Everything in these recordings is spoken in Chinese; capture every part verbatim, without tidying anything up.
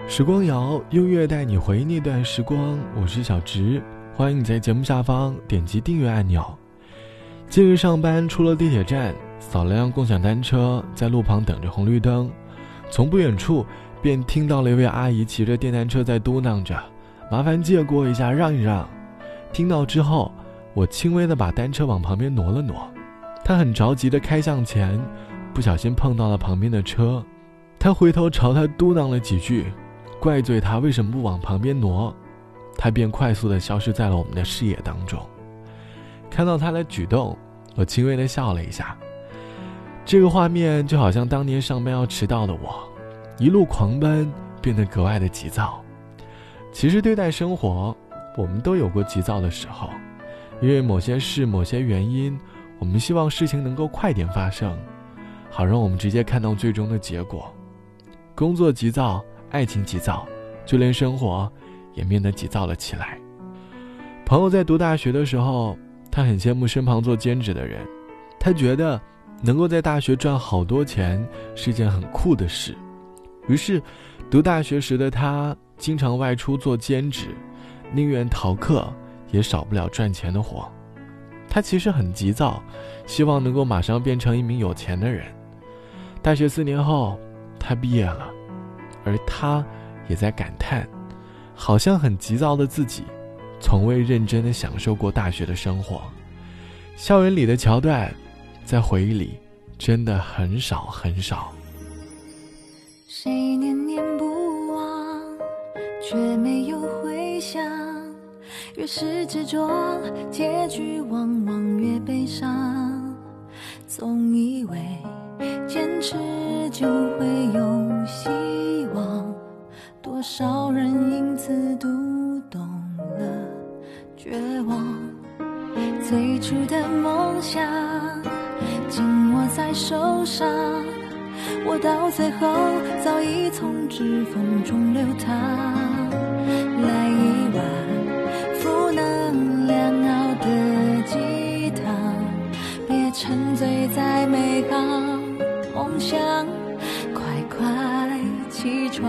时光谣，音乐带你回忆那段时光，我是小直，欢迎你在节目下方点击订阅按钮。近日上班出了地铁站，扫了辆共享单车，在路旁等着红绿灯，从不远处便听到了一位阿姨骑着电单车在嘟囔着，麻烦借过一下，让一让。听到之后，我轻微地把单车往旁边挪了挪，她很着急地开向前，不小心碰到了旁边的车，她回头朝她嘟囔了几句，怪罪他为什么不往旁边挪，他便快速地消失在了我们的视野当中。看到他的举动，我轻微地笑了一下。这个画面就好像当年上班要迟到的我，一路狂奔，变得格外的急躁。其实对待生活，我们都有过急躁的时候，因为某些事某些原因，我们希望事情能够快点发生，好让我们直接看到最终的结果。工作急躁，爱情急躁，就连生活也变得急躁了起来。朋友在读大学的时候，他很羡慕身旁做兼职的人，他觉得能够在大学赚好多钱是一件很酷的事。于是读大学时的他经常外出做兼职，宁愿逃课也少不了赚钱的活。他其实很急躁，希望能够马上变成一名有钱的人。大学四年后，他毕业了，而他也在感叹，好像很急躁的自己从未认真地享受过大学的生活。校园里的桥段在回忆里真的很少很少。 谁念念不忘，却没有回响，越是执着，结局往往越悲伤。总以为坚持就会有希望，多少人因此读懂了绝望。最初的梦想紧握在手上，我到最后早已从指缝中流淌。来一碗负能量熬的鸡汤，别沉醉在美好梦想，快快起床。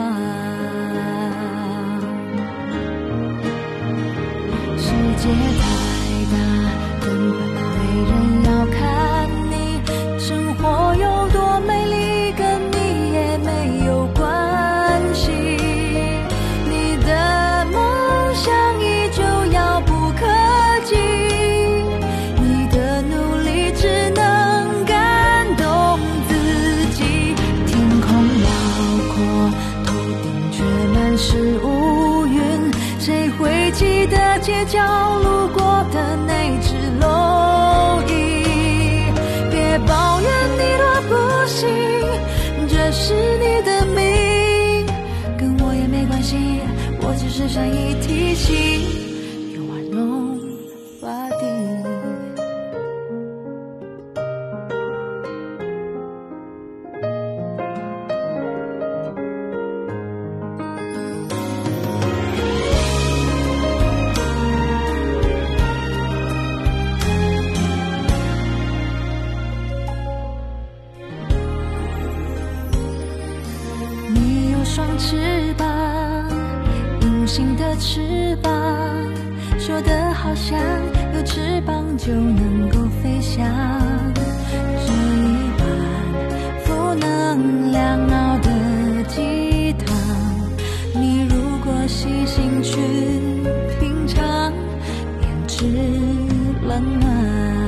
世界太大，根本没人要看你，生活有多美丽跟你也没有关系。你的梦想依旧遥不可及，你的努力只能感动自己。天空辽阔，头顶却满是乌云，谁会记得街角路过的那只蝼蚁？别抱怨你的不幸，这是你的命，跟我也没关系，我只是善意提醒 You are nobody。双翅膀，隐形的翅膀，说得好像有翅膀就能够飞翔。这一碗负能量熬的鸡汤，你如果细心去品尝，便知冷暖。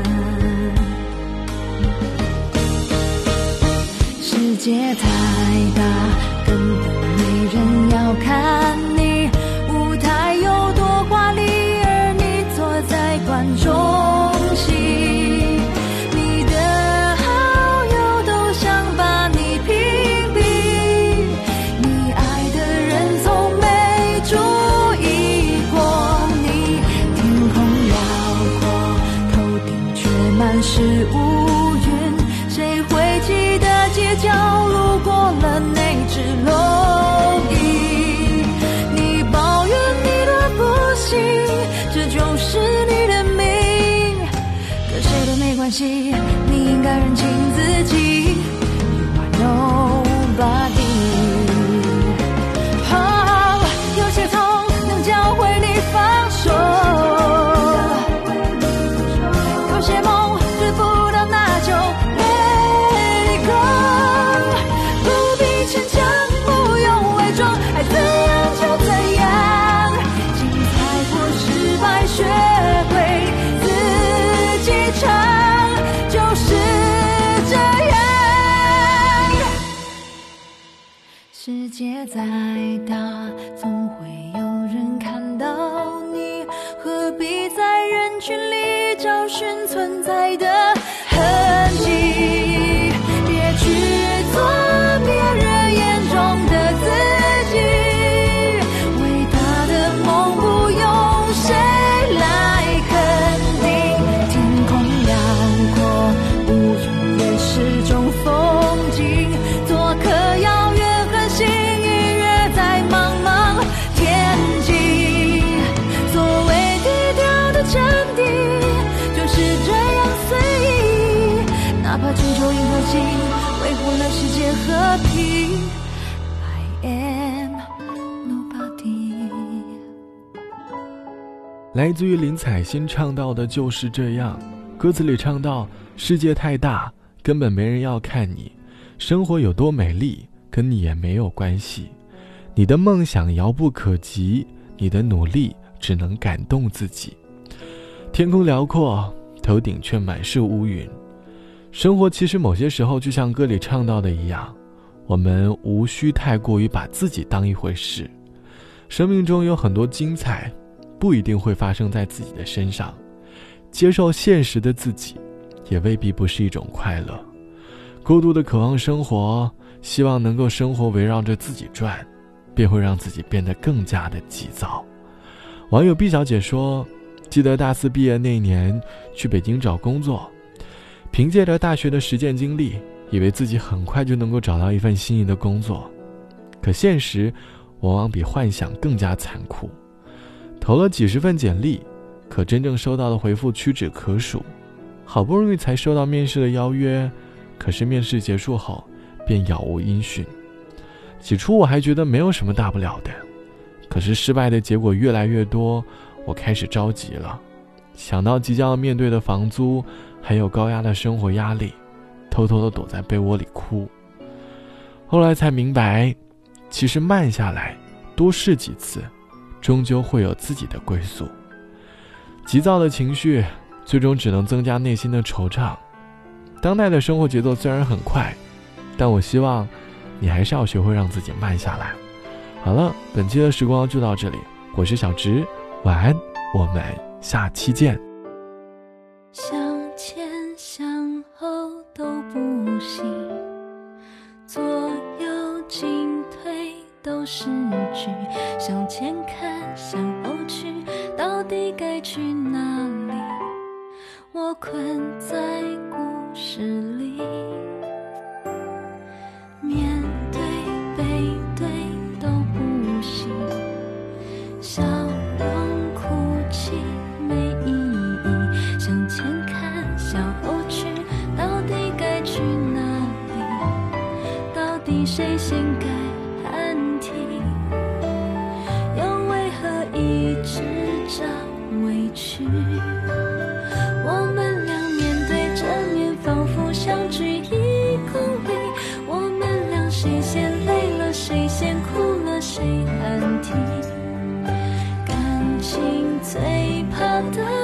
世界太大，根本没人要看你，舞台有多华丽，而你坐在观众席。你的好友都想把你屏蔽，你爱的人从没注意过你。天空辽阔，头顶却满是乌云，谁会记得街角路过了那只再大，总会有人看到你，何必在人群里找寻存在的痕迹？别去做别人眼中的自己，伟大的梦不用谁来肯定。天空辽阔，乌云也是种风景，做颗遥远恒星，愉悦在茫茫天际。所谓低调的真谛，就是这样随意，哪怕请求银河系维护了世界和平。 I am nobody。 来自于林采欣唱到的就是这样，歌词里唱到，世界太大，根本没人要看你，生活有多美丽跟你也没有关系，你的梦想遥不可及，你的努力只能感动自己。天空辽阔，头顶却满是乌云。生活其实某些时候就像歌里唱到的一样，我们无需太过于把自己当一回事。生命中有很多精彩不一定会发生在自己的身上，接受现实的自己也未必不是一种快乐。过度的渴望生活，希望能够生活围绕着自己转，便会让自己变得更加的急躁。网友毕小姐说，记得大四毕业那年去北京找工作，凭借着大学的实践经历，以为自己很快就能够找到一份心仪的工作，可现实往往比幻想更加残酷。投了几十份简历，可真正收到的回复屈指可数，好不容易才收到面试的邀约，可是面试结束后便杳无音讯。起初我还觉得没有什么大不了的，可是失败的结果越来越多，我开始着急了，想到即将要面对的房租还有高压的生活压力，偷偷地躲在被窝里哭。后来才明白，其实慢下来，多试几次，终究会有自己的归宿。急躁的情绪最终只能增加内心的惆怅。当代的生活节奏虽然很快，但我希望你还是要学会让自己慢下来。好了，本期的时光就到这里，我是小直，晚安，我们下期见。 向前向后都不行，左右进退都失去，向前看向后去，到底该去哪里？我困在故事里，面对背对都不行，笑容哭泣没意义，向前看向后去，到底该去哪里？到底谁先该喊停？又为何一直找委屈？我们俩面对着面，仿佛相距一公里。我们俩谁先累了，谁先哭了，谁喊停？感情最怕的